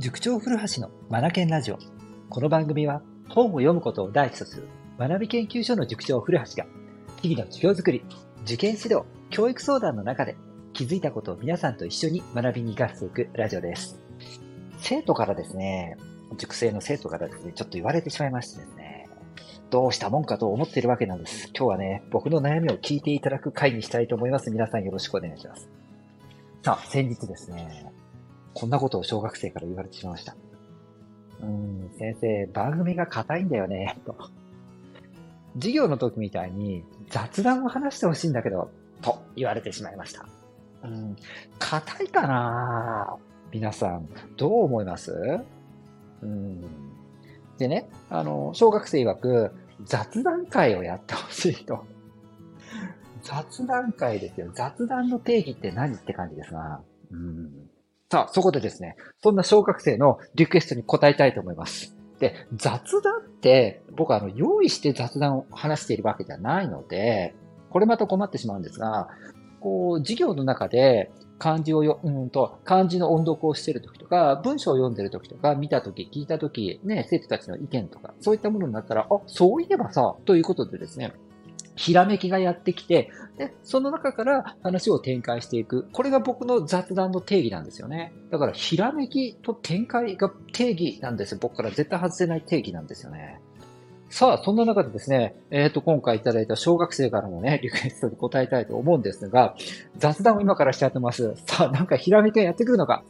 塾長古橋のマナケンラジオ。この番組は本を読むことを第一とする学び研究所の塾長古橋が日々の授業づくり、受験指導、教育相談の中で気づいたことを皆さんと一緒に学びに生かしていくラジオです。生徒からですね、塾生の生徒からですね、ちょっと言われてしまいましてですね、どうしたもんかと思っているわけなんです。今日はね、僕の悩みを聞いていただく回にしたいと思います。皆さんよろしくお願いします。さあ、先日ですね、こんなことを小学生から言われてしまいました。先生、番組が硬いんだよね、と。授業の時みたいに雑談を話してほしいんだけど、と言われてしまいました。硬いかな？皆さん、どう思います？でね、小学生曰く、雑談会をやってほしいと。雑談会ですよ。雑談の定義って何って感じですが。さあ、そこでですね、そんな小学生のリクエストに答えたいと思います。で、雑談って、僕は用意して雑談を話しているわけじゃないので、これまた困ってしまうんですが、授業の中で漢字を漢字の音読をしているときとか、文章を読んでいるときとか、見たとき、聞いたとき、ね、生徒たちの意見とか、そういったものになったら、そういえばさ、ということでですね、ひらめきがやってきて、で、その中から話を展開していく。これが僕の雑談の定義なんですよね。だから、ひらめきと展開が定義なんですよ。僕から絶対外せない定義なんですよね。さあ、そんな中でですね、今回いただいた小学生からのね、リクエストに答えたいと思うんですが、雑談を今からしちゃってます。さあ、なんかひらめきがやってくるのか。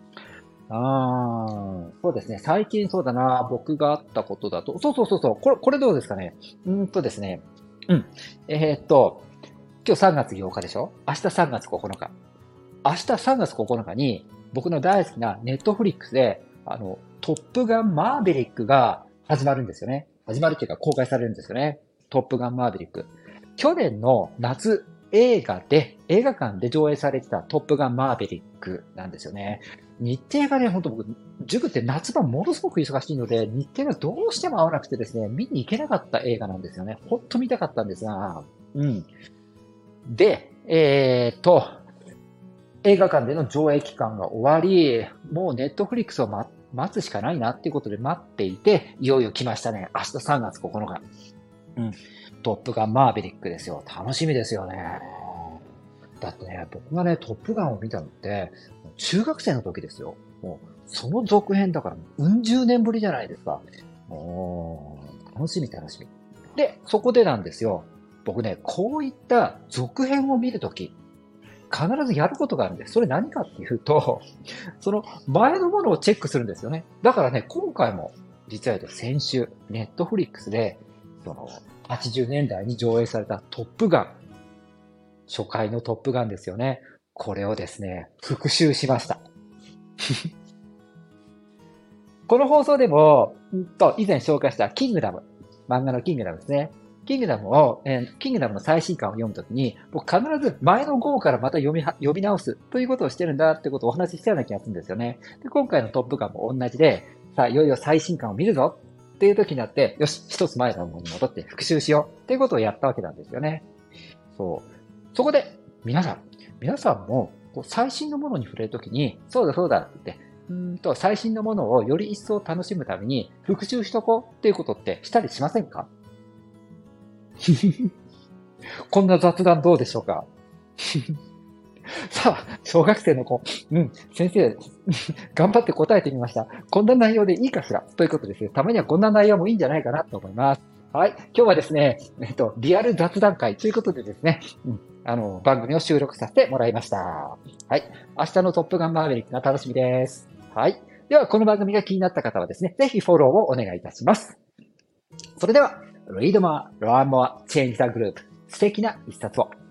そうですね。最近そうだな、僕があったことだと、これどうですかね。ですね。今日3月8日でしょ？明日3月9日。明日3月9日に、僕の大好きなネットフリックスで、トップガンマーヴェリックが始まるんですよね。始まるっていうか公開されるんですよね。トップガンマーヴェリック。去年の夏、映画館で上映されてたトップガンマーヴェリックなんですよね。日程がね、ほんと僕、塾って夏場ものすごく忙しいので、日程がどうしても合わなくてですね、見に行けなかった映画なんですよね。ほんと見たかったんですが、で、映画館での上映期間が終わり、もうネットフリックスを待つしかないなっていうことで待っていて、いよいよ来ましたね。明日3月9日。トップガンマーヴェリックですよ。楽しみですよね。だってね、僕がね、トップガンを見たのって、中学生の時ですよ。もう、その続編だから、十年ぶりじゃないですか。楽しみ。で、そこでなんですよ。僕ね、こういった続編を見るとき、必ずやることがあるんです。それ何かっていうと、その前のものをチェックするんですよね。だからね、今回も、実は先週、ネットフリックスで、80年代に上映されたトップガン、初回のトップガンですよね。これをですね、復習しました。この放送でも、以前紹介したキングダム、漫画のキングダムですね。キングダムの最新刊を読むときに、僕必ず前の号からまた読み直すということをしてるんだってことをお話ししたような気がするんですよね。で、今回のトップガンも同じで、さあ、いよいよ最新刊を見るぞっていう時になって、よし、一つ前の方に戻って復習しようっていうことをやったわけなんですよね。そこで、皆さんも、最新のものに触れるときに、そうだって言って、最新のものをより一層楽しむために復習しとこうっていうことってしたりしませんか？こんな雑談どうでしょうか？さあ、小学生の子、先生、頑張って答えてみました。こんな内容でいいかしらということですね。たまにはこんな内容もいいんじゃないかなと思います。はい。今日はですね、リアル雑談会ということでですね、番組を収録させてもらいました。はい。明日のトップガンマーヴェリックが楽しみです。はい。では、この番組が気になった方はですね、ぜひフォローをお願いいたします。それでは、Read more, learn more, change the group。素敵な一冊を。